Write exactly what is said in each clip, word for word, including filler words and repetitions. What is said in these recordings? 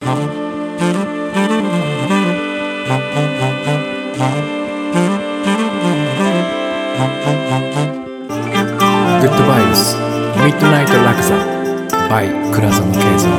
グッドバイブスミッドナイトラクザ by 倉園慶三。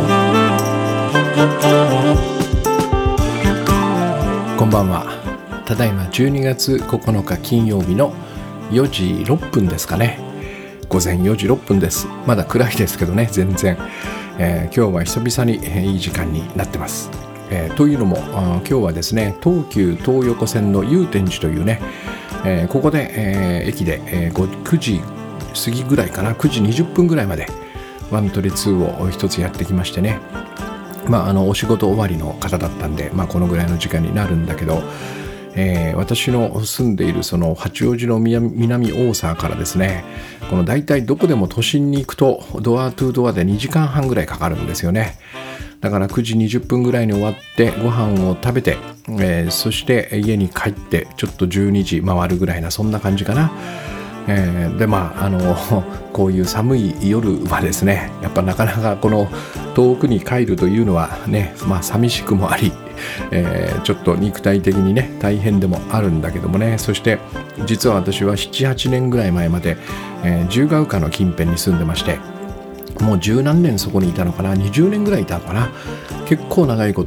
こんばんは。ただいまじゅうにがつここのか金曜日のよじろっぷんですかね。午前よじろっぷんです。まだ暗いですけどね、全然、えー、今日は久々に、えー、いい時間になってます。えー、というのも今日はですね、東急東横線の祐天寺というね、えー、ここで、えー、駅で、えー、くじ過ぎぐらいかな、くじにじゅっぷんぐらいまでワントリツーを一つやってきましてね、まあ、あのお仕事終わりの方だったんで、まあ、このぐらいの時間になるんだけど、えー、私の住んでいるその八王子の南、南大沢からですね、この大体どこでも都心に行くとドアトゥードアでにじかんはんぐらいかかるんですよね。だからくじにじゅっぷんぐらいに終わってご飯を食べて、えー、そして家に帰ってちょっとじゅうにじ回るぐらいな、そんな感じかな。えー、でまああのこういう寒い夜はですね、やっぱなかなかこの遠くに帰るというのはね、まあ寂しくもあり、えー、ちょっと肉体的にね大変でもあるんだけどもね。そして実は私はななはちねんぐらい前まで、えー、自由が丘の近辺に住んでまして、もう十何年そこにいたのかな、にじゅうねんぐらいいたのかな。結構長いこと、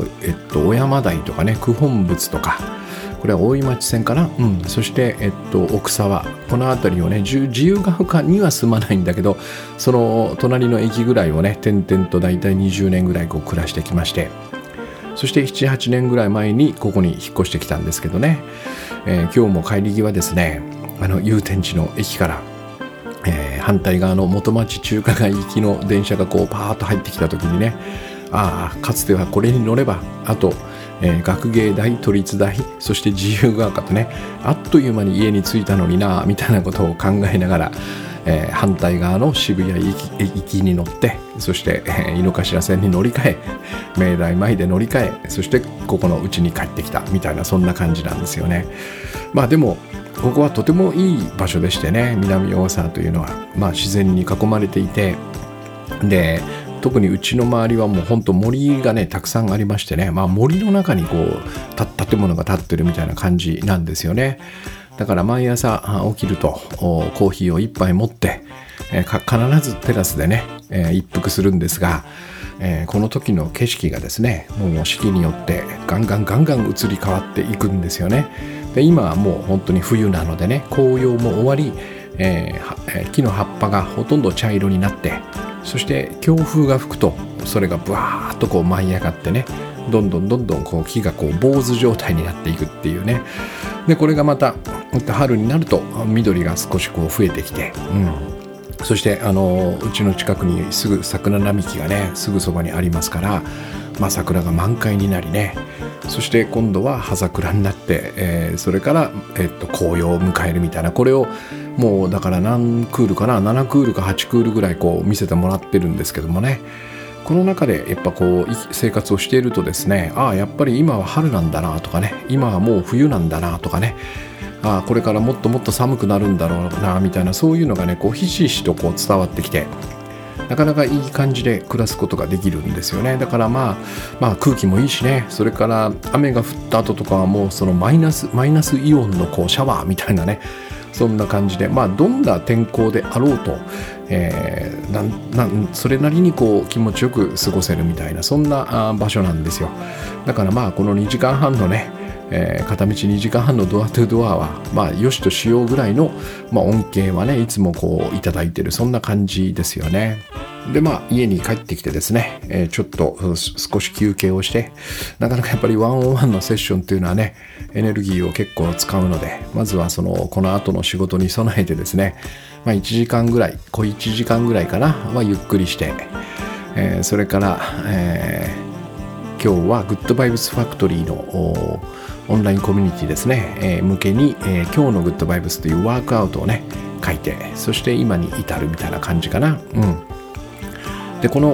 えっと、小山台とかね、九本仏とか、これは大井町線かな、うん、そして、えっと、奥沢、この辺りをね、自由が丘には住まないんだけど、その隣の駅ぐらいをね、点々と大体にじゅうねんぐらいこう暮らしてきまして、そしてななはちねんぐらい前にここに引っ越してきたんですけどね、えー、今日も帰り際ですね、あの祐天寺の駅から、えー、反対側の元町中華街行きの電車がこうパーッと入ってきた時にね、ああかつてはこれに乗れば、あと、えー、学芸大、都立大、そして自由が丘とね、あっという間に家に着いたのになみたいなことを考えながら、えー、反対側の渋谷行き、行きに乗って、そして、えー、井の頭線に乗り換え、明大前で乗り換え、そしてここの家に帰ってきたみたいな、そんな感じなんですよね。まあでもここはとてもいい場所でしてね、南大沢というのは、まあ、自然に囲まれていて、で特にうちの周りはもう本当森がねたくさんありましてね、まあ、森の中にこう建物が建ってるみたいな感じなんですよね。だから毎朝起きるとコーヒーを一杯持って、えー、必ずテラスでね、えー、一服するんですが、えー、この時の景色がですね、もう四季によってガンガンガンガン移り変わっていくんですよね。で今はもう本当に冬なのでね、紅葉も終わり、えー、木の葉っぱがほとんど茶色になって、そして強風が吹くとそれがブワーッとこう舞い上がってね、どんどんどんどんこう木がこう坊主状態になっていくっていうね。でこれがまた春になると緑が少しこう増えてきて、うん、そしてあのうちの近くにすぐ桜並木がねすぐそばにありますから、まあ、桜が満開になりね、そして今度は葉桜になって、えー、それから、えっと、紅葉を迎えるみたいな、これをもうだから何クールかな、ななクールかはちクールぐらいこう見せてもらってるんですけどもね、この中でやっぱこう生活をしているとですね、ああやっぱり今は春なんだなとかね、今はもう冬なんだなとかね、ああこれからもっともっと寒くなるんだろうなみたいな、そういうのがねこうひしひしとこう伝わってきて、なかなかいい感じで暮らすことができるんですよね。だからまあ、まあ空気もいいしね、それから雨が降った後とかはもうそのマイナスマイナスイオンのこうシャワーみたいなね、そんな感じで、まあどんな天候であろうと、えー、なんなんそれなりにこう気持ちよく過ごせるみたいな、そんな場所なんですよ。だからまあこのにじかんはんのね、えー、片道にじかんはんのドアトゥドアはまあよしとしようぐらいの、まあ、恩恵はねいつもこういただいてる、そんな感じですよね。でまあ家に帰ってきてですね、えー、ちょっと少し休憩をして、なかなかやっぱりワンオンワンのセッションっていうのはねエネルギーを結構使うので、まずはそのこの後の仕事に備えてですね、まあ、いちじかんぐらい小いちじかんぐらいかなはゆっくりして、えー、それから、えー、今日はグッドバイブスファクトリーのオンラインコミュニティですね、えー、向けに、えー、今日のグッドバイブスというワークアウトをね書いて、そして今に至るみたいな感じかな。うんでこの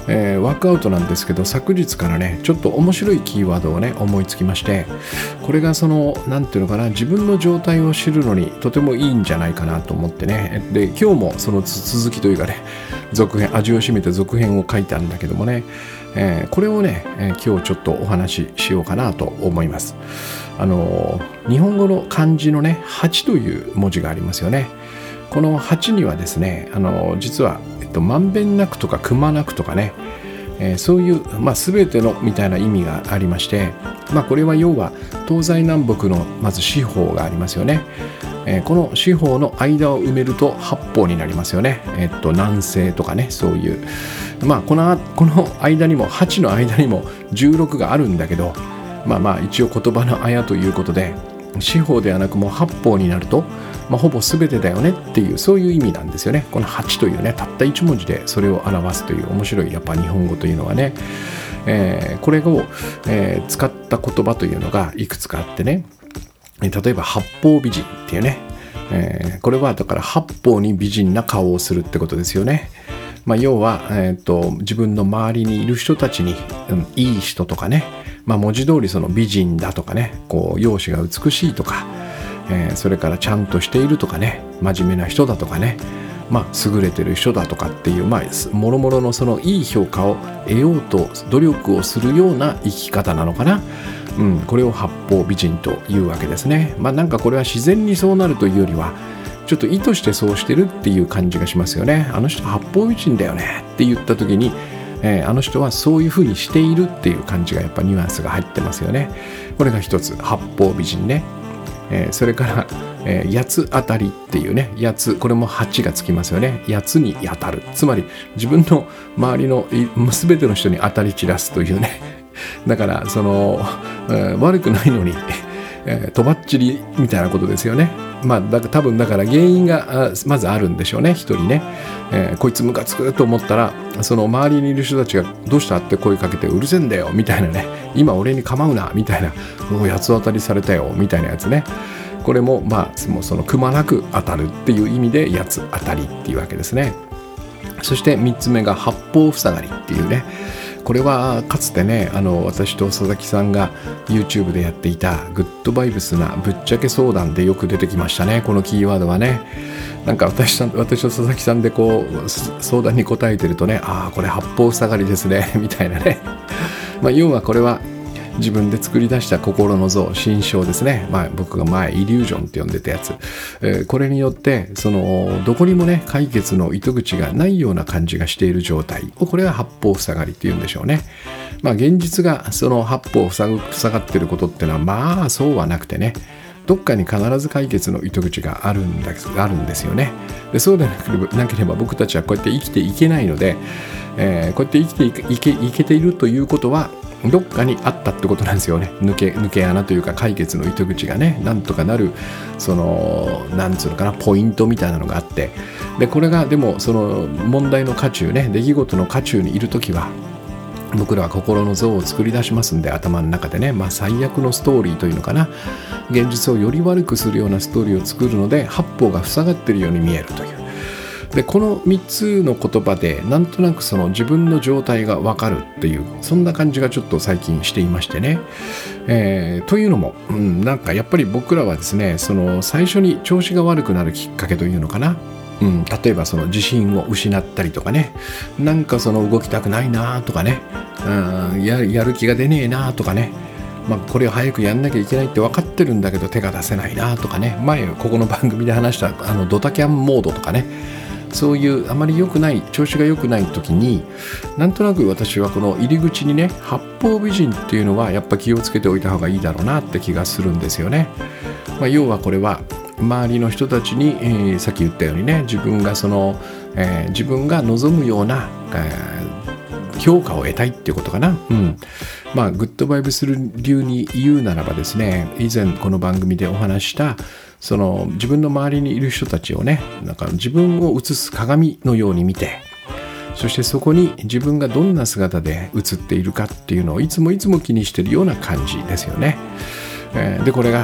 えー、ワークアウトなんですけど、昨日からねちょっと面白いキーワードをね思いつきまして、これがそのなんていうのかな、自分の状態を知るのにとてもいいんじゃないかなと思ってね。で今日もその続きというかね、続編、味を占めて続編を書いたんだけどもね、えー、これをね、えー、今日ちょっとお話ししようかなと思います。あのー、日本語の漢字のねはちという文字がありますよね。このはちにはですね、あのー、実は、えっと、まんべんなくとかくまなくとかね、えー、そういう、まあ、全てのみたいな意味がありまして、まあ、これは要は東西南北のまず四方がありますよね。えー、この四方の間を埋めると八方になりますよね。えー、っと南西とかね、そういう、まあ、この、この間にもはちの間にもじゅうろくがあるんだけど、まあまあ一応言葉のあやということで、四方ではなくもう八方になると、まあ、ほぼ全てだよねっていう、そういう意味なんですよね。このはちというね、たったいち文字でそれを表すという面白いやっぱ日本語というのはね、えー、これを、えー、使った言葉というのがいくつかあってね、例えば八方美人っていうね、えー、これはだから八方に美人な顔をするってことですよね。まあ、要は、えーと、自分の周りにいる人たちに、うん、いい人とかね、まあ、文字通りその美人だとかね、こう容姿が美しいとか、えー、それからちゃんとしているとかね、真面目な人だとかね、まあ、優れてる人だとかっていう、まあ、もろもろのそのいい評価を得ようと努力をするような生き方なのかな。うん、これを八方美人というわけですね。まあなんかこれは自然にそうなるというよりは、ちょっと意図してそうしてるっていう感じがしますよね。あの人八方美人だよねって言った時に、えー、あの人はそういうふうにしているっていう感じがやっぱニュアンスが入ってますよね。これが一つ、八方美人ね。えー、それから、えー、八つ当たりっていうね、八つ、これも八がつきますよね。八つに当たる、つまり自分の周りの全ての人に当たり散らすというね。だからその、えー、悪くないのに、えー、とばっちりみたいなことですよね。まあだから多分だから原因がまずあるんでしょうね。一人ね、えー、こいつムカつくと思ったら、その周りにいる人たちがどうしたって声かけて、うるせえんだよみたいなね、今俺に構うなみたいな、もう八つ当たりされたよみたいなやつね。これもまあもうそのくまなく当たるっていう意味で八つ当たりっていうわけですね。そしてみっつめが八方塞がりっていうね。これはかつてね、あの私と佐々木さんが YouTube でやっていたグッドバイブスなぶっちゃけ相談でよく出てきましたね、このキーワードはね。なんか私と私と佐々木さんでこう相談に答えてるとね、ああこれ八方塞がりですねみたいなね。まあ要はこれは自分で作り出した心の像、心象ですね。まあ僕が前イリュージョンって呼んでたやつ、えー、これによってそのどこにもね解決の糸口がないような感じがしている状態を、これは八方塞がりっていうんでしょうね。まあ現実がその八方塞がってることってのはまあそうはなくてね、どっかに必ず解決の糸口があるんだあるんですよね。でそうでなければ、なければ僕たちはこうやって生きていけないので、えー、こうやって生きていけ、いけ、いけているということはどっかにあったってことなんですよね。抜け、抜け穴というか解決の糸口がね、なんとかなる、その、なんつうのかな、ポイントみたいなのがあって、で、これがでも、その問題の渦中ね、出来事の渦中にいるときは、僕らは心の像を作り出しますんで、頭の中でね、まあ最悪のストーリーというのかな、現実をより悪くするようなストーリーを作るので、八方が塞がっているように見えるという。でこのみっつの言葉でなんとなくその自分の状態が分かるっていう、そんな感じがちょっと最近していましてね、えー、というのも、うん、なんかやっぱり僕らはですね、その最初に調子が悪くなるきっかけというのかな、うん、例えばその自信を失ったりとかね、なんかその動きたくないなとかね、うん、や, やる気が出ねえなとかね、まあ、これを早くやんなきゃいけないって分かってるんだけど手が出せないなとかね、前ここの番組で話したあのドタキャンモードとかね、そういうあまり良くない調子が良くない時に、なんとなく私はこの入り口にね、八方美人っていうのはやっぱ気をつけておいた方がいいだろうなって気がするんですよね。まあ、要はこれは周りの人たちに、えー、さっき言ったようにね、自分がその、えー、自分が望むような、えー、評価を得たいっていうことかな。うん。まあグッドバイブス流に言うならばですね、以前この番組でお話したその自分の周りにいる人たちをね、なんか自分を映す鏡のように見て、そしてそこに自分がどんな姿で映っているかっていうのをいつもいつも気にしているような感じですよね。えー、でこれが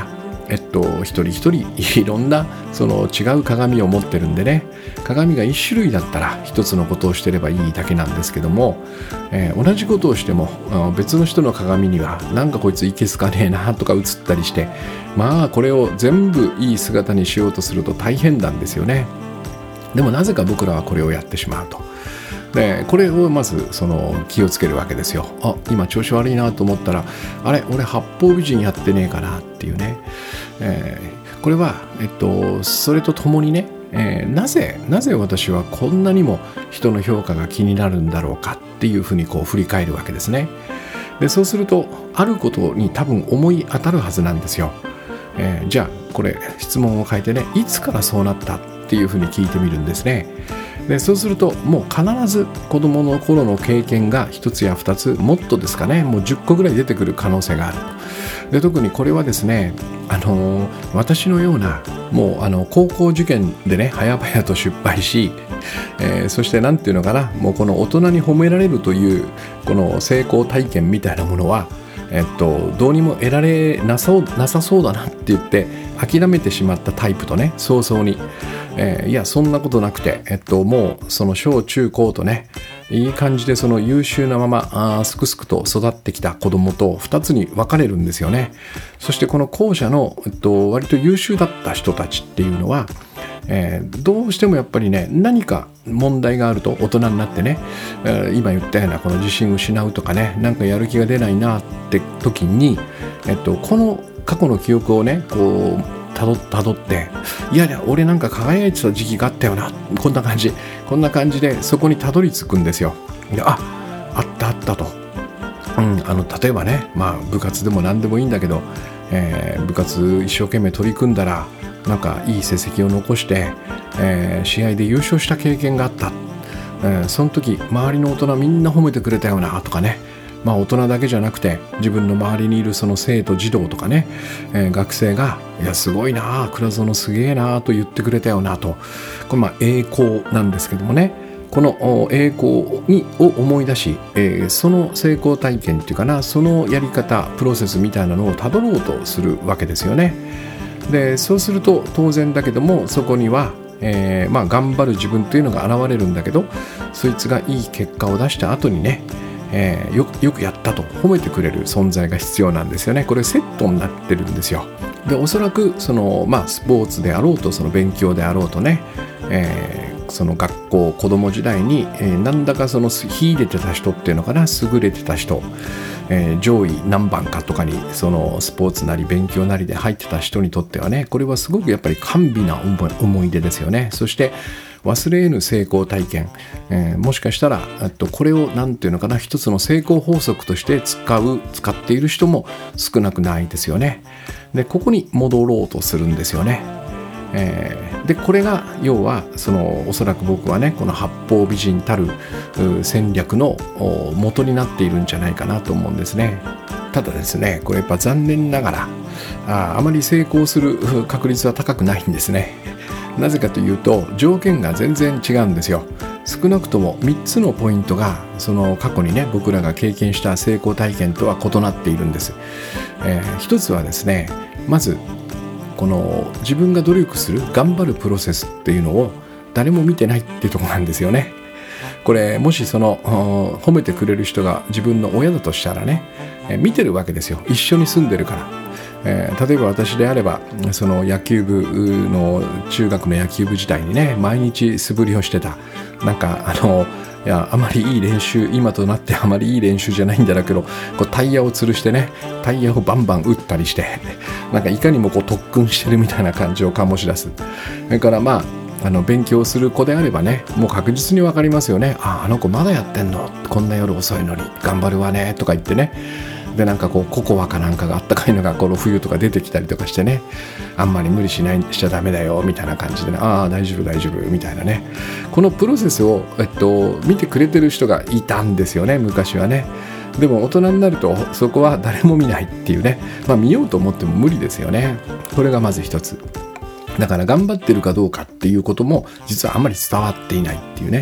えっと、一人一人いろんなその違う鏡を持ってるんでね、鏡が一種類だったら一つのことをしてればいいだけなんですけども、えー、同じことをしても別の人の鏡にはなんかこいついけすかねえなとか映ったりして、まあこれを全部いい姿にしようとすると大変なんですよね。でもなぜか僕らはこれをやってしまうと。でこれをまずその気をつけるわけですよ。あ、今調子悪いなと思ったら、あれ俺八方美人やってねえかなっていうね、えー、これはえっとそれとともにね、えー、なぜなぜ私はこんなにも人の評価が気になるんだろうかっていうふうにこう振り返るわけですね。でそうするとあることに多分思い当たるはずなんですよ。えー、じゃあこれ質問を変えてね、いつからそうなったっていうふうに聞いてみるんですね。でそうするともう必ず子どもの頃の経験が一つや二つ、もっとですかね、もうじゅっこぐらい出てくる可能性がある。で特にこれはですね、あのー、私のようなもうあの高校受験でね早々と失敗し、えー、そしてなんていうのかな、もうこの大人に褒められるというこの成功体験みたいなものはえっと、どうにも得られなそう、なさそうだなって言って諦めてしまったタイプとね、早々に、えー、いやそんなことなくて、えっと、もうその小中高とねいい感じでその優秀なままあすくすくと育ってきた子供とふたつに分かれるんですよね。そしてこの後者の、えっと、割と優秀だった人たちっていうのは、えー、どうしてもやっぱりね何か問題があると大人になってね、えー、今言ったようなこの自信を失うとかね、なんかやる気が出ないなって時に、えっと、この過去の記憶をねこうたどたどって、いやいや俺なんか輝いてた時期があったよな、こんな感じこんな感じでそこにたどり着くんですよ。でああったあったと、うん、あの例えばね、まあ部活でも何でもいいんだけど、えー、部活一生懸命取り組んだらなんかいい成績を残して、えー、試合で優勝した経験があった、えー、その時周りの大人みんな褒めてくれたよなとかね、まあ大人だけじゃなくて自分の周りにいるその生徒児童とかね、えー、学生がいやすごいな、倉園すげえなと言ってくれたよなと、これまあ栄光なんですけどもね、この栄光にを思い出し、えー、その成功体験っていうかな、そのやり方プロセスみたいなのをたどろうとするわけですよね。でそうすると当然だけどもそこには、えーまあ、頑張る自分というのが現れるんだけど、そいつがいい結果を出した後にね、えー、よく、よくやったと褒めてくれる存在が必要なんですよね。これセットになってるんですよ。でおそらくその、まあ、スポーツであろうとその勉強であろうとね、えー、その学校子供時代に、えー、なんだかその秀でてた人っていうのかな、優れてた人、えー、上位何番かとかにそのスポーツなり勉強なりで入ってた人にとってはね、これはすごくやっぱり甘美な思い出ですよね。そして忘れ得ぬ成功体験、えー、もしかしたらとこれをなんていうのかな、一つの成功法則として使う使っている人も少なくないですよね。でここに戻ろうとするんですよね。えー、でこれが要はそのおそらく僕はねこの八方美人たる戦略の元になっているんじゃないかなと思うんですね。ただですね、これやっぱ残念ながら あ, あまり成功する確率は高くないんですね。なぜかというと条件が全然違うんですよ。少なくともみっつのポイントがその過去にね僕らが経験した成功体験とは異なっているんです。えー、一つはですね、まずこの自分が努力する頑張るプロセスっていうのを誰も見てないっていうところなんですよね。これもしその褒めてくれる人が自分の親だとしたらね、え見てるわけですよ。一緒に住んでるから、えー、例えば私であればその野球部の中学の野球部時代にね毎日素振りをしてた、なんかあのいやあまりいい練習、今となってあまりいい練習じゃないんだろうけど、こうタイヤを吊るしてねタイヤをバンバン打ったりしてなんかいかにもこう特訓してるみたいな感じを醸し出す。それからまああの勉強する子であればねもう確実に分かりますよね。ああの子まだやってんの、こんな夜遅いのに頑張るわねとか言ってね、でなんかこうココアかなんかがあったかいのがこの冬とか出てきたりとかしてね、あんまり無理しないしちゃダメだよみたいな感じでね、ああ大丈夫大丈夫みたいなね、このプロセスを、えっと、見てくれてる人がいたんですよね昔はね。でも大人になるとそこは誰も見ないっていうね、まあ見ようと思っても無理ですよね。これがまず一つだから頑張ってるかどうかっていうことも実はあんまり伝わっていないっていうね。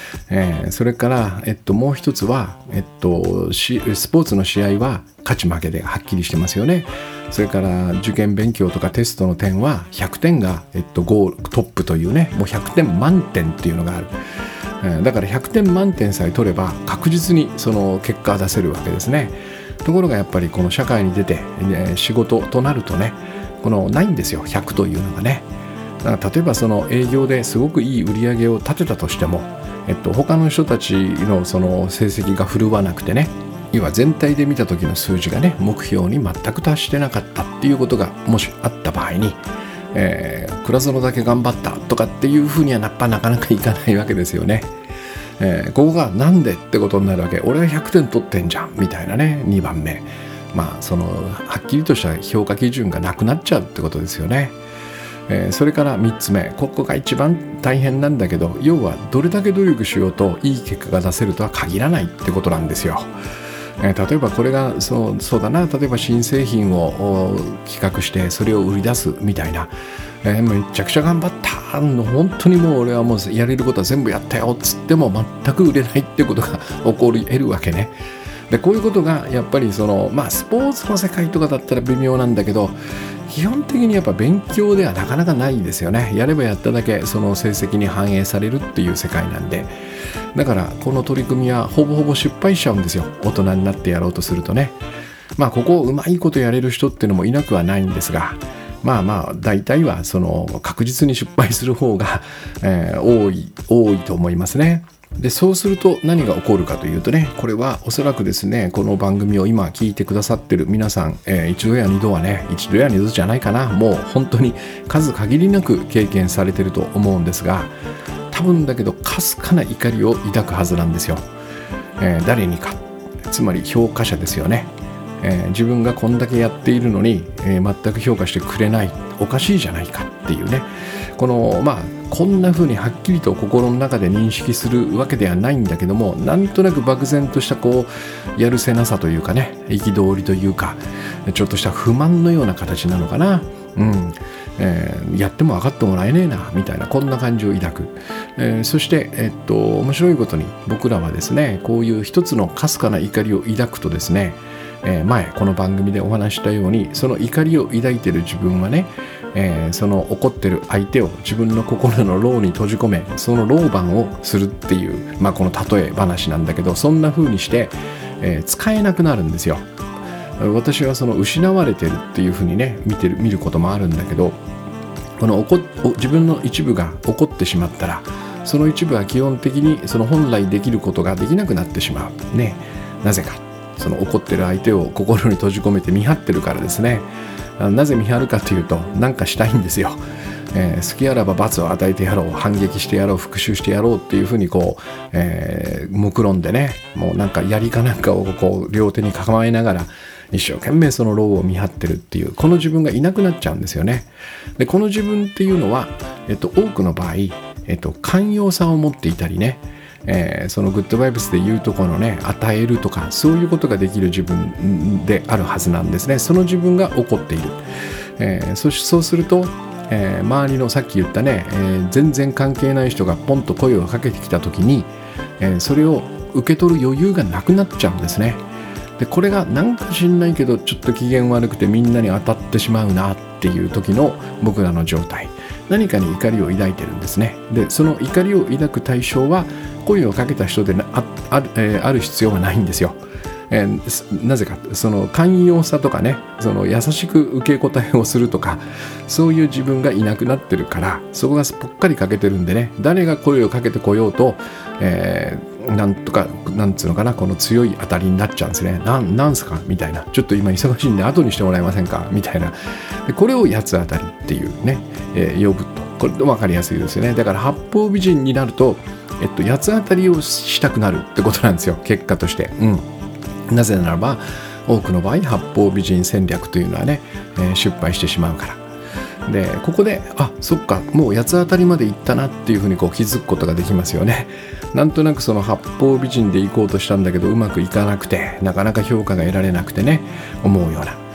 えー、それから、えっと、もう一つは、えっと、スポーツの試合は勝ち負けではっきりしてますよね。それから受験勉強とかテストの点はひゃくてんが、えっと、ゴールトップというね、もうひゃくてん満点っていうのがある。えー、だからひゃくてん満点さえ取れば確実にその結果を出せるわけですね。ところがやっぱりこの社会に出て、えー、仕事となるとね、このないんですよ、ひゃくというのがね。だから例えばその営業ですごくいい売り上げを立てたとしても、えっと、他の人たちのその成績が振るわなくてね、要は全体で見た時の数字がね、目標に全く達してなかったっていうことがもしあった場合に、えー、倉園だけ頑張ったとかっていうふうにはやっぱなかなかいかないわけですよね。えー、ここがなんでってことになるわけ。俺はひゃくてん取ってんじゃんみたいなね。にばんめ、まあそのはっきりとした評価基準がなくなっちゃうってことですよね。えー、それからみっつめ、ここが一番大変なんだけど、要はどれだけ努力しようといい結果が出せるとは限らないってことなんですよ。えー、例えばこれがそう、そうだな、例えば新製品を企画してそれを売り出すみたいな、えー、めちゃくちゃ頑張ったの、本当にもう俺はもうやれることは全部やったよっつっても全く売れないってことが起こり得るわけね。でこういうことがやっぱりその、まあ、スポーツの世界とかだったら微妙なんだけど、基本的にやっぱ勉強ではなかなかないですよね。やればやっただけその成績に反映されるっていう世界なんで、だからこの取り組みはほぼほぼ失敗しちゃうんですよ、大人になってやろうとするとね。まあここをうまいことやれる人っていうのもいなくはないんですが、まあまあ大体はその確実に失敗する方が、えー、多い多いと思いますね。でそうすると何が起こるかというとね、これはおそらくですね、この番組を今聞いてくださってる皆さん、えー、一度や二度はね、一度や二度じゃないかな、もう本当に数限りなく経験されてると思うんですが、多分だけどかすかな怒りを抱くはずなんですよ。えー、誰にか、つまり評価者ですよね。えー、自分がこんだけやっているのに、えー、全く評価してくれない、おかしいじゃないかっていうね、このまあこんな風にはっきりと心の中で認識するわけではないんだけども、なんとなく漠然としたこうやるせなさというかね、憤りというか、ちょっとした不満のような形なのかな。うん、えー、やっても分かってもらえねえなみたいな、こんな感じを抱く。えー、そして、えっと面白いことに僕らはですね、こういう一つのかすかな怒りを抱くとですね、えー、前この番組でお話したように、その怒りを抱いている自分はね、えー、その怒ってる相手を自分の心の牢に閉じ込め、その牢番をするっていう、まあ、この例え話なんだけど、そんな風にして、えー、使えなくなるんですよ。私はその失われてるっていう風にね見てる見ることもあるんだけど、この怒自分の一部が怒ってしまったら、その一部は基本的にその本来できることができなくなってしまうね。なぜか、その怒ってる相手を心に閉じ込めて見張ってるからですね。なぜ見張るかというと、なんかしたいんですよ。えー、好きあらば罰を与えてやろう、反撃してやろう、復讐してやろうっていうふうにこう、えー、目論んでね、もうなんか槍かなんかをこう両手に抱えながら一生懸命その牢を見張ってるっていう、この自分がいなくなっちゃうんですよね。でこの自分っていうのは、えっと、多くの場合、えっと、寛容さを持っていたりね、えー、そのグッドバイブスで言うとこのね、与えるとかそういうことができる自分であるはずなんですね。その自分が怒っている。えー、そしそうすると、えー、周りのさっき言ったね、えー、全然関係ない人がポンと声をかけてきた時に、えー、それを受け取る余裕がなくなっちゃうんですね。でこれがなんか知んないけどちょっと機嫌悪くてみんなに当たってしまうなっていう時の僕らの状態、何かに怒りを抱いてるんですね。でその怒りを抱く対象は声をかけた人で あ, あ, る、えー、ある必要はないんですよ。えー、なぜか、その寛容さとかね、その優しく受け答えをするとか、そういう自分がいなくなってるから、そこがぽっかり欠けてるんでね、誰が声をかけてこようと、えー、なんとかなんつうのかな、この強い当たりになっちゃうんですね。な ん, なんすかみたいな、ちょっと今忙しいんで後にしてもらえませんかみたいな。でこれを八つ当たりっていうね、えー、呼ぶと、これ分かりやすいですよね。だから八方美人になると、えっと、八つ当たりをしたくなるってことなんですよ、結果として。うん。なぜならば多くの場合八方美人戦略というのはね、えー、失敗してしまうから。でここであそっか、もう八つ当たりまでいったなっていうふうにこう気づくことができますよね。なんとなくその八方美人で行こうとしたんだけどうまくいかなくて、なかなか評価が得られなくてね、思うような、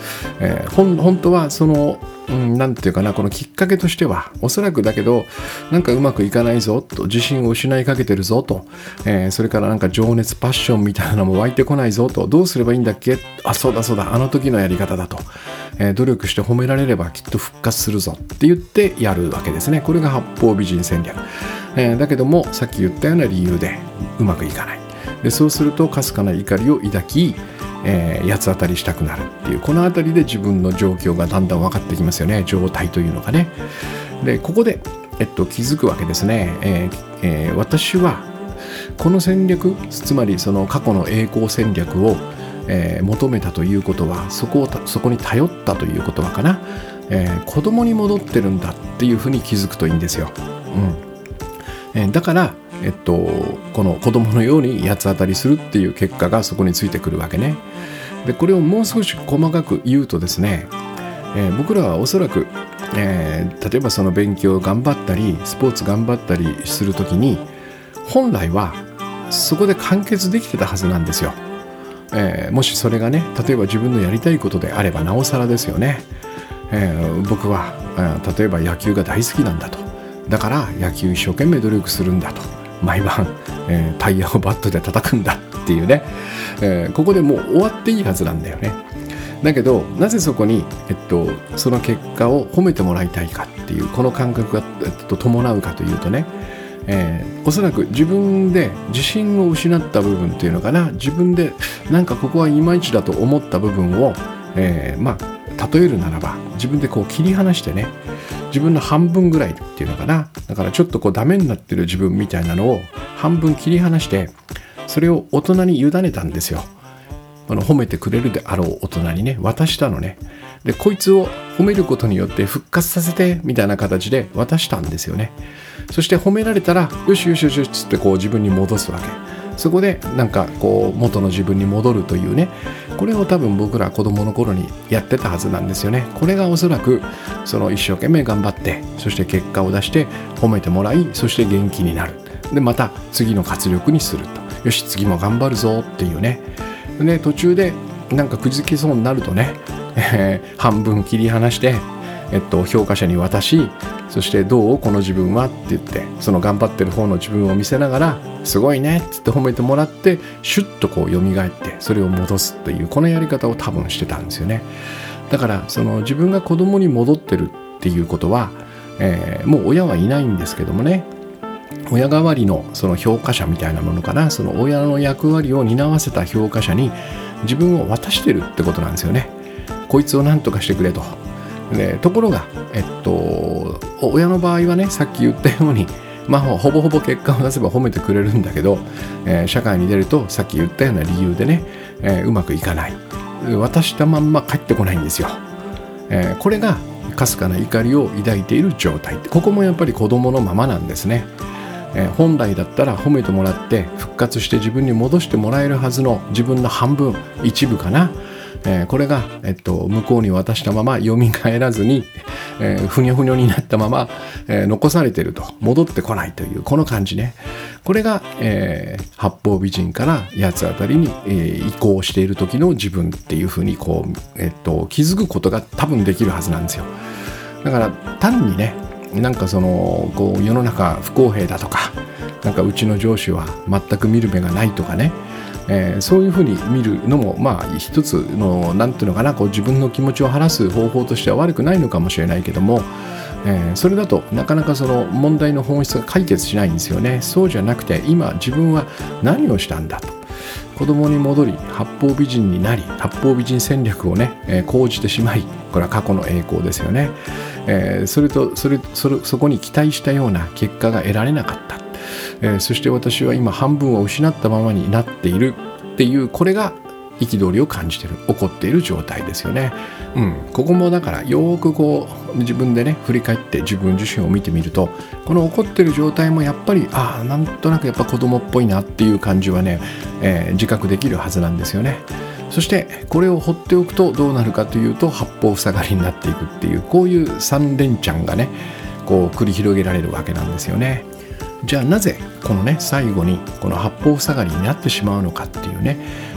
えー、ほん本当はその、うん、なんていうかな、このきっかけとしてはおそらくだけど、なんかうまくいかないぞと、自信を失いかけてるぞと、えー、それからなんか情熱パッションみたいなのも湧いてこないぞと、どうすればいいんだっけ、あそうだそうだあの時のやり方だと、えー、努力して褒められればきっと復活するぞって言ってやるわけですね。これが八方美人戦略、えー、だけどもさっき言ったような理由でうまくいかない。でそうするとかすかな怒りを抱き、えー、八つ当たりしたくなるっていう、このあたりで自分の状況がだんだん分かってきますよね。状態というのがね。でここで、えっと、気づくわけですね。えーえー、私はこの戦略、つまりその過去の栄光戦略を、えー、求めたということは、そこをそこに頼ったということはかな、えー、子供に戻ってるんだっていうふうに気づくといいんですよ。うんえー、だからえっと、この子供のように八つ当たりするっていう結果がそこについてくるわけね。でこれをもう少し細かく言うとですね、えー、僕らはおそらく、えー、例えばその勉強を頑張ったりスポーツ頑張ったりするときに本来はそこで完結できてたはずなんですよ。えー、もしそれがね、例えば自分のやりたいことであればなおさらですよね。えー、僕は、えー、例えば野球が大好きなんだと、だから野球一生懸命努力するんだと、毎晩、えー、タイヤをバットで叩くんだっていうね、えー、ここでもう終わっていいはずなんだよね。だけどなぜそこに、えっと、その結果を褒めてもらいたいかっていうこの感覚が、えっと、伴うかというとね、えー、おそらく自分で自信を失った部分っていうのかな、自分でなんかここはいまいちだと思った部分を、えー、まあ例えるならば自分でこう切り離してね、自分の半分ぐらいっていうのかな、だからちょっとこうダメになってる自分みたいなのを半分切り離して、それを大人に委ねたんですよ。あの褒めてくれるであろう大人にね渡したのね。でこいつを褒めることによって復活させてみたいな形で渡したんですよね。そして褒められたらよしよしよしよしつってこう自分に戻すわけ。そこでなんかこう元の自分に戻るというね、これを多分僕ら子供の頃にやってたはずなんですよね。これがおそらくその一生懸命頑張って、そして結果を出して褒めてもらい、そして元気になる。でまた次の活力にすると、よし次も頑張るぞっていうね。で途中でなんかくじきそうになるとね、えー、半分切り離してえっと、評価者に渡し、そしてどうこの自分はって言って、その頑張ってる方の自分を見せながらすごいねってって褒めてもらって、シュッとこう蘇ってそれを戻すというこのやり方を多分してたんですよね。だからその自分が子供に戻ってるっていうことは、えー、もう親はいないんですけどもね、親代わりのその評価者みたいなものかな、その親の役割を担わせた評価者に自分を渡してるってことなんですよね。こいつを何とかしてくれと。でところが、えっと、親の場合はね、さっき言ったように、まあ、ほぼほぼ結果を出せば褒めてくれるんだけど、えー、社会に出るとさっき言ったような理由でね、えー、うまくいかない、渡したまんま帰ってこないんですよ。えー、これがかすかな怒りを抱いている状態。ここもやっぱり子供のままなんですね。えー、本来だったら褒めてもらって復活して自分に戻してもらえるはずの自分の半分一部かな、えー、これが、えっと、向こうに渡したまま蘇らずに、えー、ふにょふにょになったまま、えー、残されていると、戻ってこないというこの感じね。これが、えー、八方美人から八つ当たりに、えー、移行している時の自分っていうふうにこう、えっと、気づくことが多分できるはずなんですよ。だから単にね、なんかそのこう世の中不公平だとか、なんかうちの上司は全く見る目がないとかね、えー、そういうふうに見るのもまあ一つのなんていうのかな、こう自分の気持ちを晴らす方法としては悪くないのかもしれないけども、えー、それだとなかなかその問題の本質が解決しないんですよね。そうじゃなくて、今自分は何をしたんだと、子供に戻り八方美人になり、八方美人戦略をね、えー、講じてしまい、これは過去の栄光ですよね。えー、それとそれそれそこに期待したような結果が得られなかった。えー、そして私は今半分を失ったままになっているっていう、これが憤りを感じている、怒っている状態ですよね。うん、ここもだからよくこう自分でね振り返って自分自身を見てみると、この怒っている状態もやっぱりああなんとなくやっぱ子供っぽいなっていう感じはね、えー、自覚できるはずなんですよね。そしてこれを放っておくとどうなるかというと、八方塞がりになっていくっていう、こういう三連チャンがねこう繰り広げられるわけなんですよね。じゃあなぜこのね最後にこの八方塞がりになってしまうのかっていうね、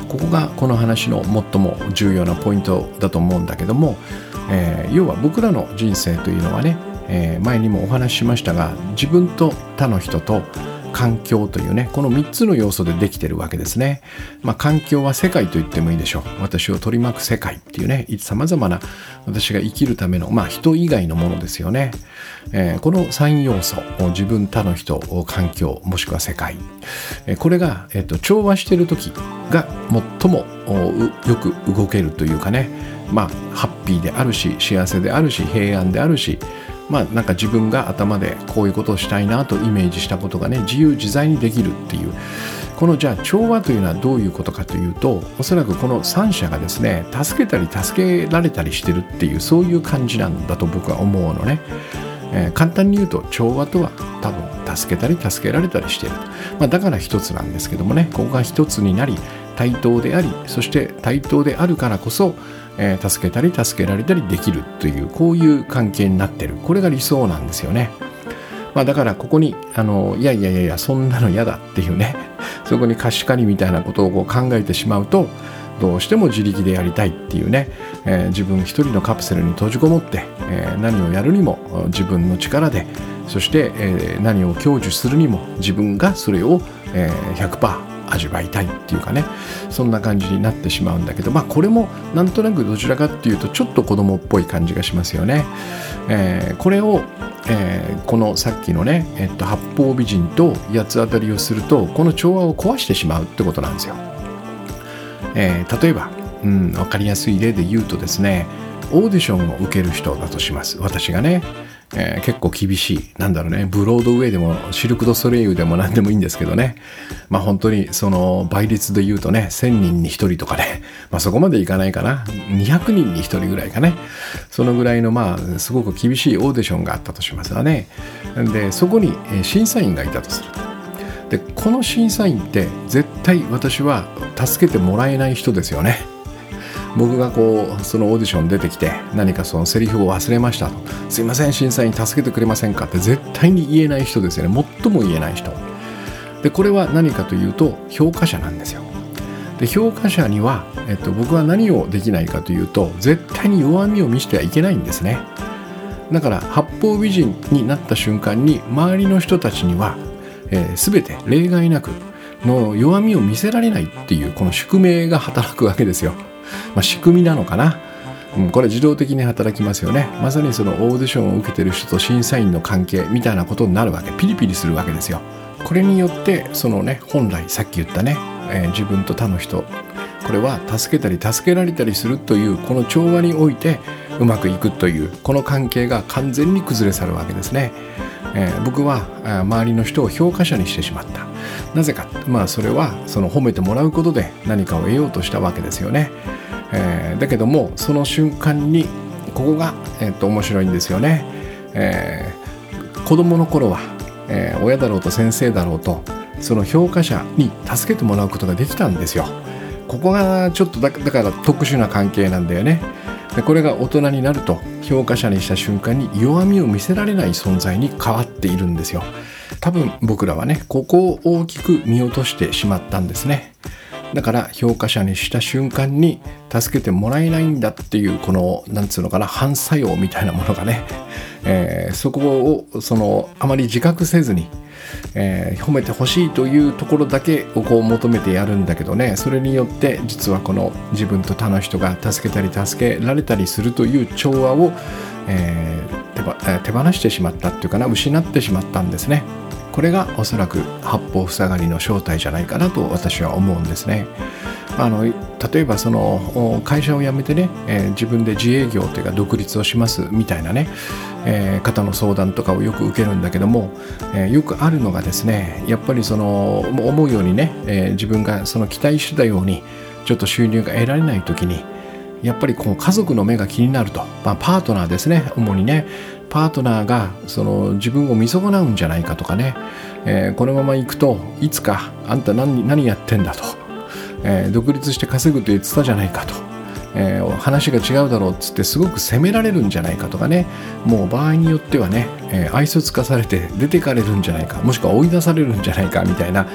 ここがこの話の最も重要なポイントだと思うんだけども、えー、要は僕らの人生というのはね、えー、前にもお話ししましたが、自分と他の人と環境というね、このみっつの要素でできてるわけですね。まあ、環境は世界と言ってもいいでしょう。私を取り巻く世界っていうね、さまざまな私が生きるための、まあ、人以外のものですよね。えー、このさん要素、自分、他の人、環境、もしくは世界、えー、これが、えーと、調和している時が最もよく動けるというかね、まあ、ハッピーであるし、幸せであるし、平安であるし、まあ、なんか自分が頭でこういうことをしたいなとイメージしたことがね、自由自在にできるっていう、このじゃあ調和というのはどういうことかというと、おそらくこの三者がですね、助けたり助けられたりしてるっていう、そういう感じなんだと僕は思うのね。えー、簡単に言うと、調和とは多分助けたり助けられたりしている、まあ、だから一つなんですけどもね、ここが一つになり対等であり、そして対等であるからこそ、えー、助けたり助けられたりできるという、こういう関係になっている。これが理想なんですよね。まあ、だからここにあのいやいやいやいやそんなの嫌だっていうね、そこに貸し借りみたいなことをこう考えてしまうと、どうしても自力でやりたいっていうね、えー、自分一人のカプセルに閉じこもって、えー、何をやるにも自分の力で、そして、えー、何を享受するにも自分がそれを、えー、ひゃくパーセント味わいたいっていうかね、そんな感じになってしまうんだけど、まあこれもなんとなくどちらかっていうとちょっと子供っぽい感じがしますよね。えー、これを、えー、このさっきのね、えっと、八方美人と八つ当たりをすると、この調和を壊してしまうってことなんですよ。えー、例えば、うん、分かりやすい例で言うとですね、オーディションを受ける人だとします。私がね、えー、結構厳しい、なんだろうね、ブロードウェイでもシルク・ドゥ・ソレイユでも何でもいいんですけどね、まあ本当にその倍率で言うとね、せんにんにひとりとかね、まあそこまでいかないかな、にひゃくにんにひとりぐらいかね、そのぐらいのまあすごく厳しいオーディションがあったとしますわね。でそこに審査員がいたとする。でこの審査員って絶対私は助けてもらえない人ですよね。僕がこうそのオーディション出てきて、何かそのセリフを忘れましたと、すいません審査員助けてくれませんかって絶対に言えない人ですよね。最も言えない人で、これは何かというと評価者なんですよ。で評価者には、えっと、僕は何をできないかというと、絶対に弱みを見せてはいけないんですね。だから八方美人になった瞬間に、周りの人たちには、えー、全て例外なくの弱みを見せられないっていう、この宿命が働くわけですよ。まあ、仕組みなのかな、うん、これ自動的に働きますよね。まさにそのオーディションを受けてる人と審査員の関係みたいなことになるわけ。ピリピリするわけですよ。これによってそのね、本来さっき言ったね、えー、自分と他の人、これは助けたり助けられたりするというこの調和においてうまくいくという、この関係が完全に崩れ去るわけですね。えー、僕は周りの人を評価者にしてしまった。なぜか、まあそれはその褒めてもらうことで何かを得ようとしたわけですよね。えー、だけどもその瞬間にここが、えー、っと面白いんですよね。えー、子供の頃は、えー、親だろうと先生だろうとその評価者に助けてもらうことができたんですよ。ここがちょっとだ、だから特殊な関係なんだよね。でこれが大人になると評価者にした瞬間に弱みを見せられない存在に変わっているんですよ。多分僕らはね、ここを大きく見落としてしまったんですね。だから評価者にした瞬間に助けてもらえないんだっていう、このなんつうのかな、反作用みたいなものがね、えー、そこをそのあまり自覚せずに、えー、褒めてほしいというところだけをこう求めてやるんだけどね、それによって実はこの自分と他の人が助けたり助けられたりするという調和を、えー、手ば、えー、手放してしまったっていうかな、失ってしまったんですね。これがおそらく八方塞がりの正体じゃないかなと私は思うんですね。あの例えばその会社を辞めてね、えー、自分で自営業というか独立をしますみたいなね、えー、方の相談とかをよく受けるんだけども、えー、よくあるのがですね、やっぱりその思うようにね、えー、自分がその期待してたようにちょっと収入が得られない時に、やっぱりこう家族の目が気になると、まあ、パートナーですね、主にね、パートナーがその自分を見損なうんじゃないかとかね、えー、このまま行くといつかあんた 何, 何やってんだと、えー、独立して稼ぐと言ってたじゃないかと、えー、話が違うだろうっつってすごく責められるんじゃないかとかね、もう場合によってはね、えー、愛想つかされて出てかれるんじゃないか、もしくは追い出されるんじゃないかみたいな、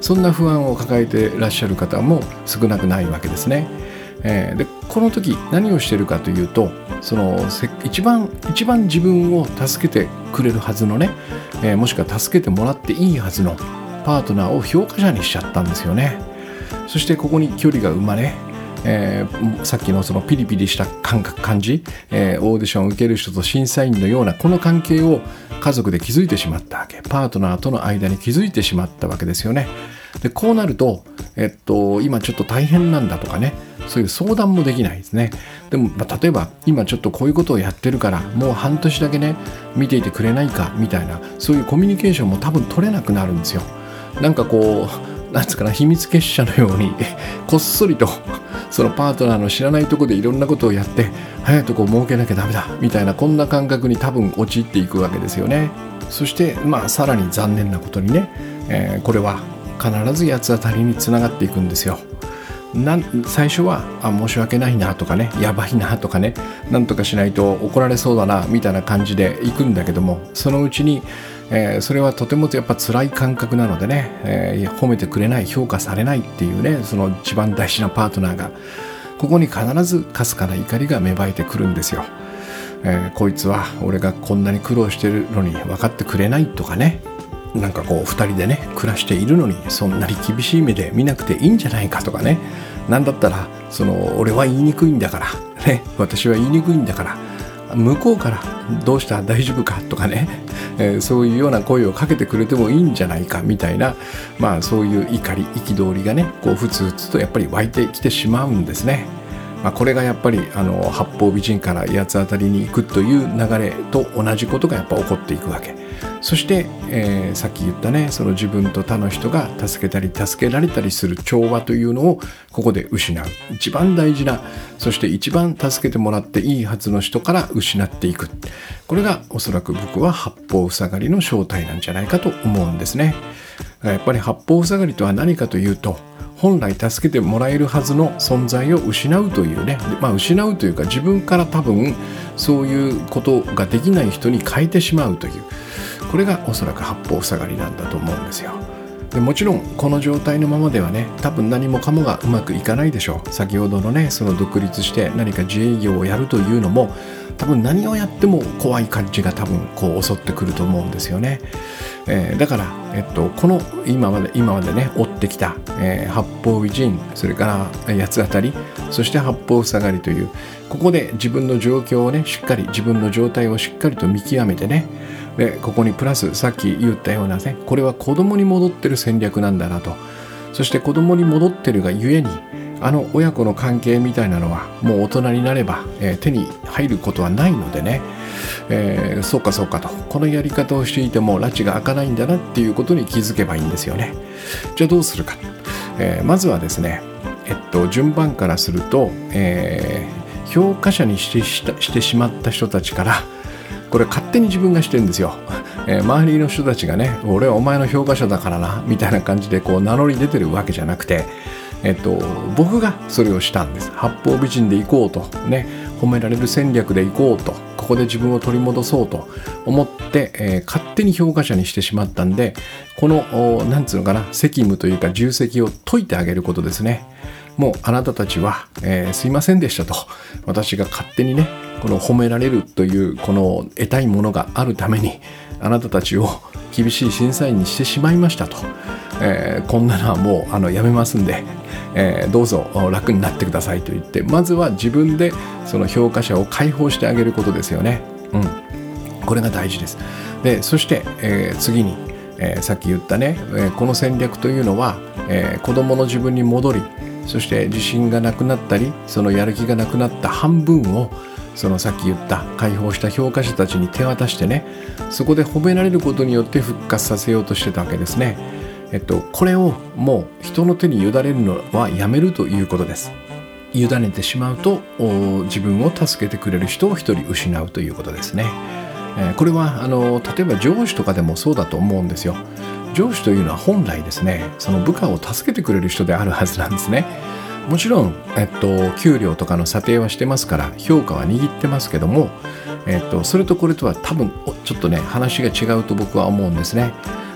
そんな不安を抱えていらっしゃる方も少なくないわけですね。えー、でこの時何をしているかというと、その一番一番自分を助けてくれるはずのね、えー、もしくは助けてもらっていいはずのパートナーを評価者にしちゃったんですよね。そしてここに距離が生まれ、えー、さっきのそのピリピリした感覚感じ、えー、オーディションを受ける人と審査員のようなこの関係を家族で築いてしまったわけ、パートナーとの間に築いてしまったわけですよね。でこうなると、えっと、今ちょっと大変なんだとかね、そういう相談もできないですね。でも、まあ、例えば今ちょっとこういうことをやってるからもう半年だけね見ていてくれないかみたいな、そういうコミュニケーションも多分取れなくなるんですよ。なんかこうなんつうかな、秘密結社のようにこっそりとそのパートナーの知らないところでいろんなことをやって早いとこ儲けなきゃダメだみたいな、こんな感覚に多分陥っていくわけですよね。そしてまあさらに残念なことにね、えー、これは必ず八つ当たりにつながっていくんですよ。なん最初はあ申し訳ないなとかね、やばいなとかね、なんとかしないと怒られそうだなみたいな感じで行くんだけども、そのうちに、えー、それはとてもやっぱ辛い感覚なのでね、えー、褒めてくれない、評価されないっていうね、その一番大事なパートナーがここに必ずかすかな怒りが芽生えてくるんですよ。えー、こいつは俺がこんなに苦労してるのに分かってくれないとかね、なんかこうふたりでね暮らしているのにそんなに厳しい目で見なくていいんじゃないかとかね、なんだったらその俺は言いにくいんだからね、私は言いにくいんだから向こうからどうした大丈夫かとかね、えー、そういうような声をかけてくれてもいいんじゃないかみたいな、まあそういう怒り憤りがねこうふつふつとやっぱり湧いてきてしまうんですね。まあ、これがやっぱりあの八方美人から八つ当たりに行くという流れと同じことがやっぱ起こっていくわけ。そして、えー、さっき言ったね、その自分と他の人が助けたり助けられたりする調和というのをここで失う。一番大事な、そして一番助けてもらっていいはずの人から失っていく。これがおそらく僕は八方塞がりの正体なんじゃないかと思うんですね。やっぱり八方塞がりとは何かというと、本来助けてもらえるはずの存在を失うというね、まあ失うというか自分から多分そういうことができない人に変えてしまうという、これがおそらく八方塞がりなんだと思うんですよ。でもちろんこの状態のままではね、多分何もかもがうまくいかないでしょう。先ほどのね、その独立して何か自営業をやるというのも多分何をやっても怖い感じが多分こう襲ってくると思うんですよね。えー、だから、えっと、この今まで今までね追ってきた、えー、八方美人、それから八つ当たり、そして八方塞がりという、ここで自分の状況をねしっかり、自分の状態をしっかりと見極めてね、でここにプラスさっき言ったようなね、これは子供に戻ってる戦略なんだなと。そして子供に戻ってるがゆえに、あの親子の関係みたいなのはもう大人になれば、えー、手に入ることはないのでね、えー、そうかそうかと、このやり方をしていても拉致が開かないんだなっていうことに気づけばいいんですよね。じゃあどうするか、えー、まずはですね、えっと順番からすると、えー、評価者にして、したしてしまった人たちから、これ勝手に自分がしてるんですよ。えー、周りの人たちがね、俺はお前の評価者だからなみたいな感じでこう名乗り出てるわけじゃなくて、えっと、僕がそれをしたんです。八方美人で行こうとね、褒められる戦略で行こうと、ここで自分を取り戻そうと思って、えー、勝手に評価者にしてしまったんで、このなんつうのかな、責務というか重責を解いてあげることですね。もうあなたたちは、えー、すいませんでしたと、私が勝手にねこの褒められるというこの得たいものがあるためにあなたたちを厳しい審査員にしてしまいましたと、えー、こんなのはもうあのやめますんで、えー、どうぞ楽になってくださいと言って、まずは自分でその評価者を解放してあげることですよね。うん、これが大事です。でそして、えー、次に、えー、さっき言ったね、えー、この戦略というのは、えー、子供の自分に戻り、そして自信がなくなったり、そのやる気がなくなった半分をそのさっき言った解放した評価者たちに手渡してね、そこで褒められることによって復活させようとしてたわけですね。えっとこれをもう人の手に委ねるのはやめるということです。委ねてしまうと自分を助けてくれる人を一人失うということですね。えー、これはあの例えば上司とかでもそうだと思うんですよ。上司というのは本来ですね、その部下を助けてくれる人であるはずなんですね。もちろん、えっと、給料とかの査定はしてますから評価は握ってますけども、えっと、それとこれとは多分ちょっとね話が違うと僕は思うんですね。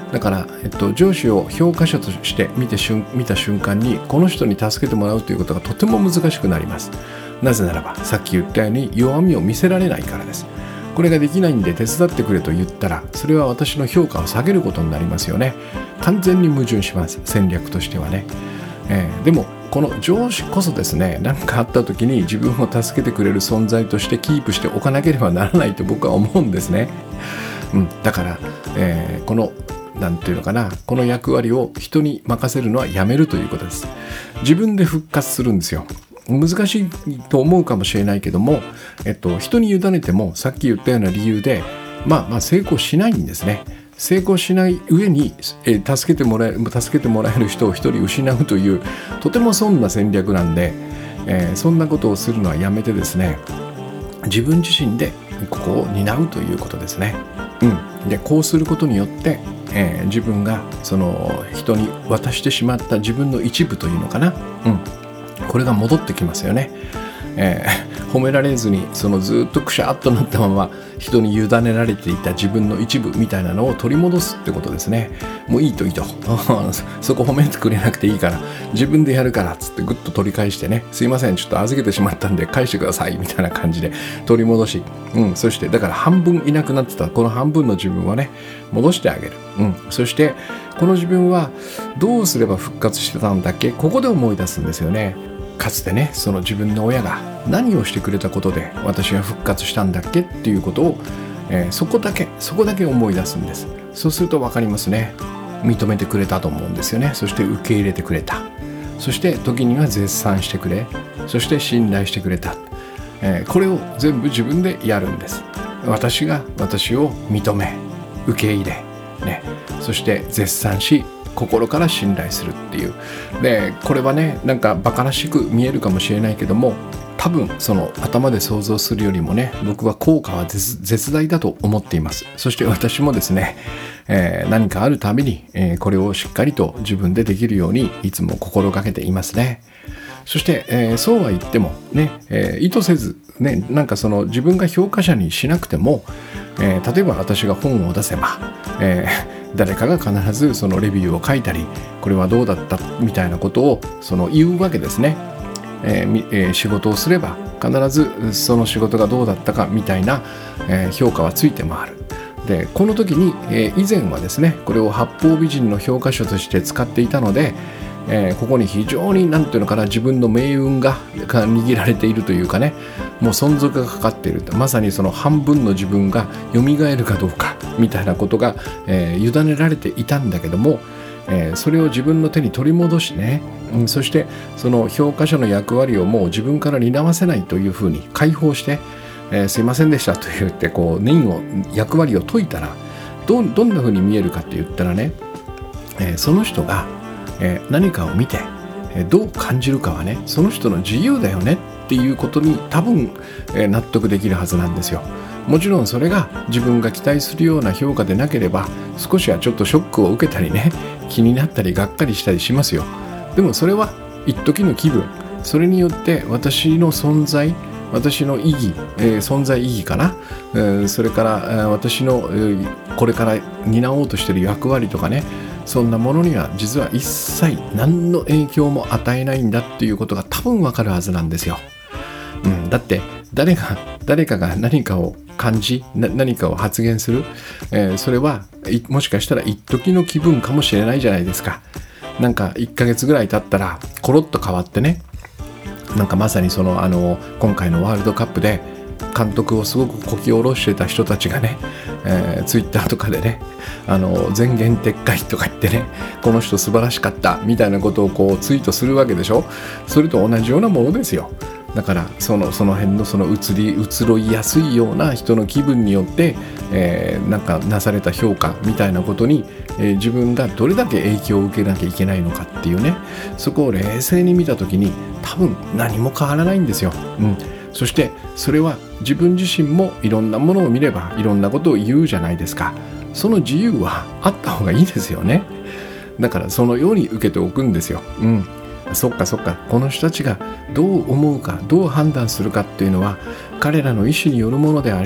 だから、えっと、上司を評価者として見て瞬見た瞬間にこの人に助けてもらうということがとても難しくなります。なぜならばさっき言ったように弱みを見せられないからです。これができないんで手伝ってくれと言ったらそれは私の評価を下げることになりますよね。完全に矛盾します、戦略としてはね。えー、でもこの上司こそですね、何かあった時に自分を助けてくれる存在としてキープしておかなければならないと僕は思うんですね。うん、だから、えー、このなんていうのかな、この役割を人に任せるのはやめるということです。自分で復活するんですよ。難しいと思うかもしれないけども、えっと、人に委ねてもさっき言ったような理由で、まあ、まあ成功しないんですね。成功しない上に、えー、助けてもらえ助けてもらえる人を一人失うというとても損な戦略なんで、えー、そんなことをするのはやめてですね、自分自身でここを担うということですね。うん、でこうすることによって、えー、自分がその人に渡してしまった自分の一部というのかな、うん、これが戻ってきますよね。えー、褒められずにそのずっとくしゃっとなったまま人に委ねられていた自分の一部みたいなのを取り戻すってことですね。もういいといいとそこ褒めてくれなくていいから自分でやるからっつってグッと取り返してね、すいませんちょっと預けてしまったんで返してくださいみたいな感じで取り戻し、うん、そしてだから半分いなくなってたこの半分の自分をね戻してあげる、うん、そしてこの自分はどうすれば復活してたんだっけ、ここで思い出すんですよね。かつてね、その自分の親が何をしてくれたことで私は復活したんだっけっていうことを、えー、そこだけそこだけ思い出すんです。そうすると分かりますね。認めてくれたと思うんですよね。そして受け入れてくれた、そして時には絶賛してくれ、そして信頼してくれた、えー、これを全部自分でやるんです。私が私を認め受け入れ、ね、そして絶賛し心から信頼するっていう。でこれはね、なんか馬鹿らしく見えるかもしれないけども、多分その頭で想像するよりもね、僕は効果は絶, 絶大だと思っています。そして私もですね、えー、何かあるたびに、えー、これをしっかりと自分でできるようにいつも心がけていますね。そして、えー、そうは言ってもね、えー、意図せずね、なんかその自分が評価者にしなくても、えー、例えば私が本を出せば、えー誰かが必ずそのレビューを書いたり、これはどうだったみたいなことをその言うわけですね。えーえー、仕事をすれば必ずその仕事がどうだったかみたいな、えー、評価はついて回る。でこの時に、えー、以前はですね、これを八方美人の評価書として使っていたので、えー、ここに非常に何ていうのかな、自分の命運が握られているというかね、もう存続がかかっている、まさにその半分の自分が蘇るかどうかみたいなことが、えー、委ねられていたんだけども、えー、それを自分の手に取り戻しね、うん、そしてその評価者の役割をもう自分から担わせないというふうに解放して、えー、すいませんでしたと言ってこう任を役割を解いたら、ど, どんなふうに見えるかって言ったらね、えー、その人がえー、何かを見て、えー、どう感じるかはね、その人の自由だよねっていうことに多分、えー、納得できるはずなんですよ。もちろんそれが自分が期待するような評価でなければ少しはちょっとショックを受けたりね、気になったりがっかりしたりしますよ。でもそれは一時の気分、それによって私の存在、私の意義、えー、存在意義かな、えー、それから、えー、私の、えー、これから担おうとしている役割とかね、そんなものには実は一切何の影響も与えないんだっていうことが多分わかるはずなんですよ。うん、だって誰が誰かが何かを感じな何かを発言する、えー、それはもしかしたら一時の気分かもしれないじゃないですか。なんかいっかげつぐらい経ったらコロッと変わってね、なんかまさにそのあの今回のワールドカップで監督をすごくこき下ろしてた人たちがね、えー、ツイッターとかでね、あの前言撤回とか言ってね、この人素晴らしかったみたいなことをこうツイートするわけでしょ。それと同じようなものですよ。だからそのその辺のその移り移ろいやすいような人の気分によって、えー、なんかなされた評価みたいなことに、えー、自分がどれだけ影響を受けなきゃいけないのかっていうね、そこを冷静に見た時に多分何も変わらないんですよ。うん。そしてそれは自分自身もいろんなものを見ればいろんなことを言うじゃないですか。その自由はあった方がいいですよね。だからそのように受けておくんですよ。うん。そっかそっか、この人たちがどう思うかどう判断するかっていうのは彼らの意思によるものであり、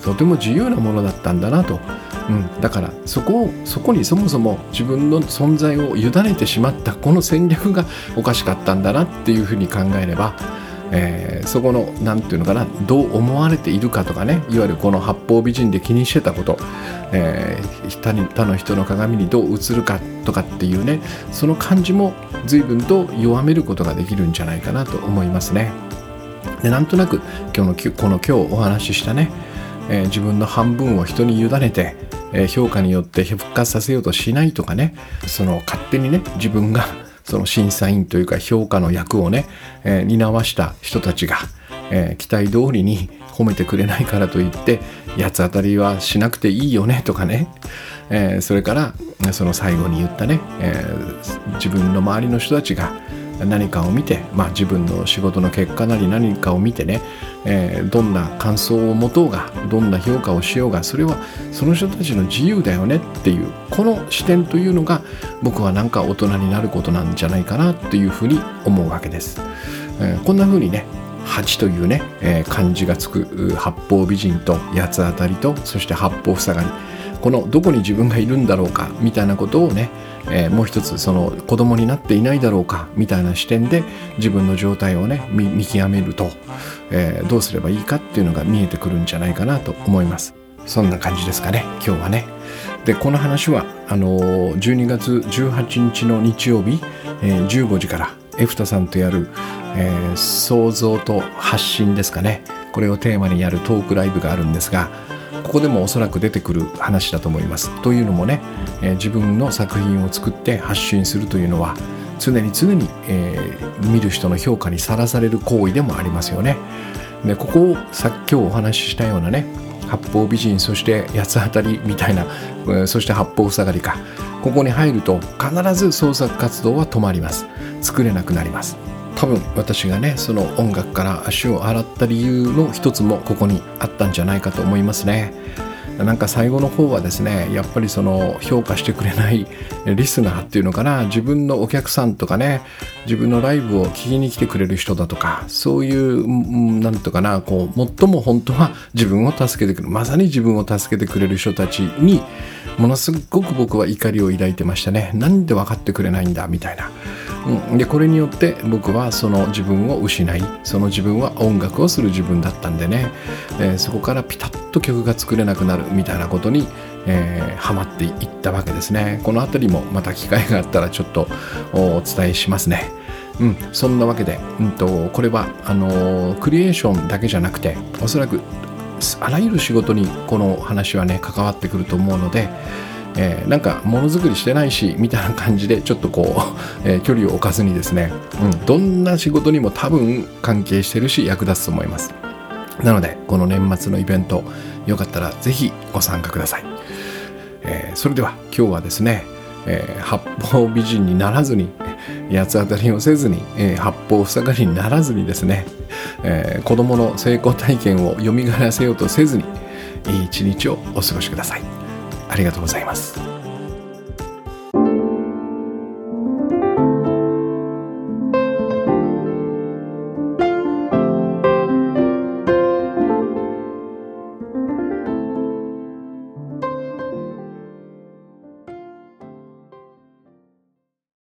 とても自由なものだったんだなと、うん、だからそこをそこにそもそも自分の存在を委ねてしまったこの戦略がおかしかったんだなっていうふうに考えれば、えー、そこのなんていうのかな、どう思われているかとかね、いわゆるこの八方美人で気にしてたこと、えー、他に他の人の鏡にどう映るかとかっていうね、その感じも随分と弱めることができるんじゃないかなと思いますね。でなんとなく今日のこの今日お話ししたね、えー、自分の半分を人に委ねて、えー、評価によって復活させようとしないとかね、その勝手にね自分がその審査員というか評価の役をね、えー、担わした人たちが、えー、期待通りに褒めてくれないからといって八つ当たりはしなくていいよねとかね、えー、それからその最後に言ったね、えー、自分の周りの人たちが何かを見て、まあ、自分の仕事の結果なり何かを見てね、えー、どんな感想を持とうがどんな評価をしようがそれはその人たちの自由だよねっていうこの視点というのが僕はなんか大人になることなんじゃないかなっていうふうに思うわけです、えー、こんなふうにね八というね、えー、漢字がつく八方美人と八つ当たりとそして八方塞がり、このどこに自分がいるんだろうかみたいなことをね、えー、もう一つその子供になっていないだろうかみたいな視点で自分の状態をね 見, 見極めると、えー、どうすればいいかっていうのが見えてくるんじゃないかなと思います。そんな感じですかね今日はね。でこの話はあのー、じゅうにがつじゅうはちにちの日曜日、えー、じゅうごじからエフタさんとやる、えー、創造と発信ですかね、これをテーマにやるトークライブがあるんですが、ここでもおそらく出てくる話だと思います。というのもね、えー、自分の作品を作って発信するというのは常に常に、えー、見る人の評価にさらされる行為でもありますよね。でここをさ今日お話ししたようなね八方美人そして八つ当たりみたいな、えー、そして八方塞がりか、ここに入ると必ず創作活動は止まります。作れなくなります。多分私がねその音楽から足を洗った理由の一つもここにあったんじゃないかと思いますね。なんか最後の方はですねやっぱりその評価してくれないリスナーっていうのかな、自分のお客さんとかね自分のライブを聞きに来てくれる人だとか、そういうなんとかなこう最も本当は自分を助けてくれるまさに自分を助けてくれる人たちにものすごく僕は怒りを抱いてましたね。なんで分かってくれないんだみたいな。うん、でこれによって僕はその自分を失い、その自分は音楽をする自分だったんでね、えー、そこからピタッと曲が作れなくなるみたいなことに、えー、ハマっていったわけですね。このあたりもまた機会があったらちょっとお伝えしますね。うん、そんなわけで、うん、とこれはあのー、クリエーションだけじゃなくておそらくあらゆる仕事にこの話はね関わってくると思うので、えー、なんかものづくりしてないしみたいな感じでちょっとこう、えー、距離を置かずにですね、うん、どんな仕事にも多分関係してるし役立つと思います。なのでこの年末のイベントよかったらぜひご参加ください。えー、それでは今日はですね、えー、八方美人にならずに八つ当たりをせずに、えー、八方塞がりにならずにですね、えー、子供の成功体験を蘇らせようとせずにいい一日をお過ごしください。ありがとうございます。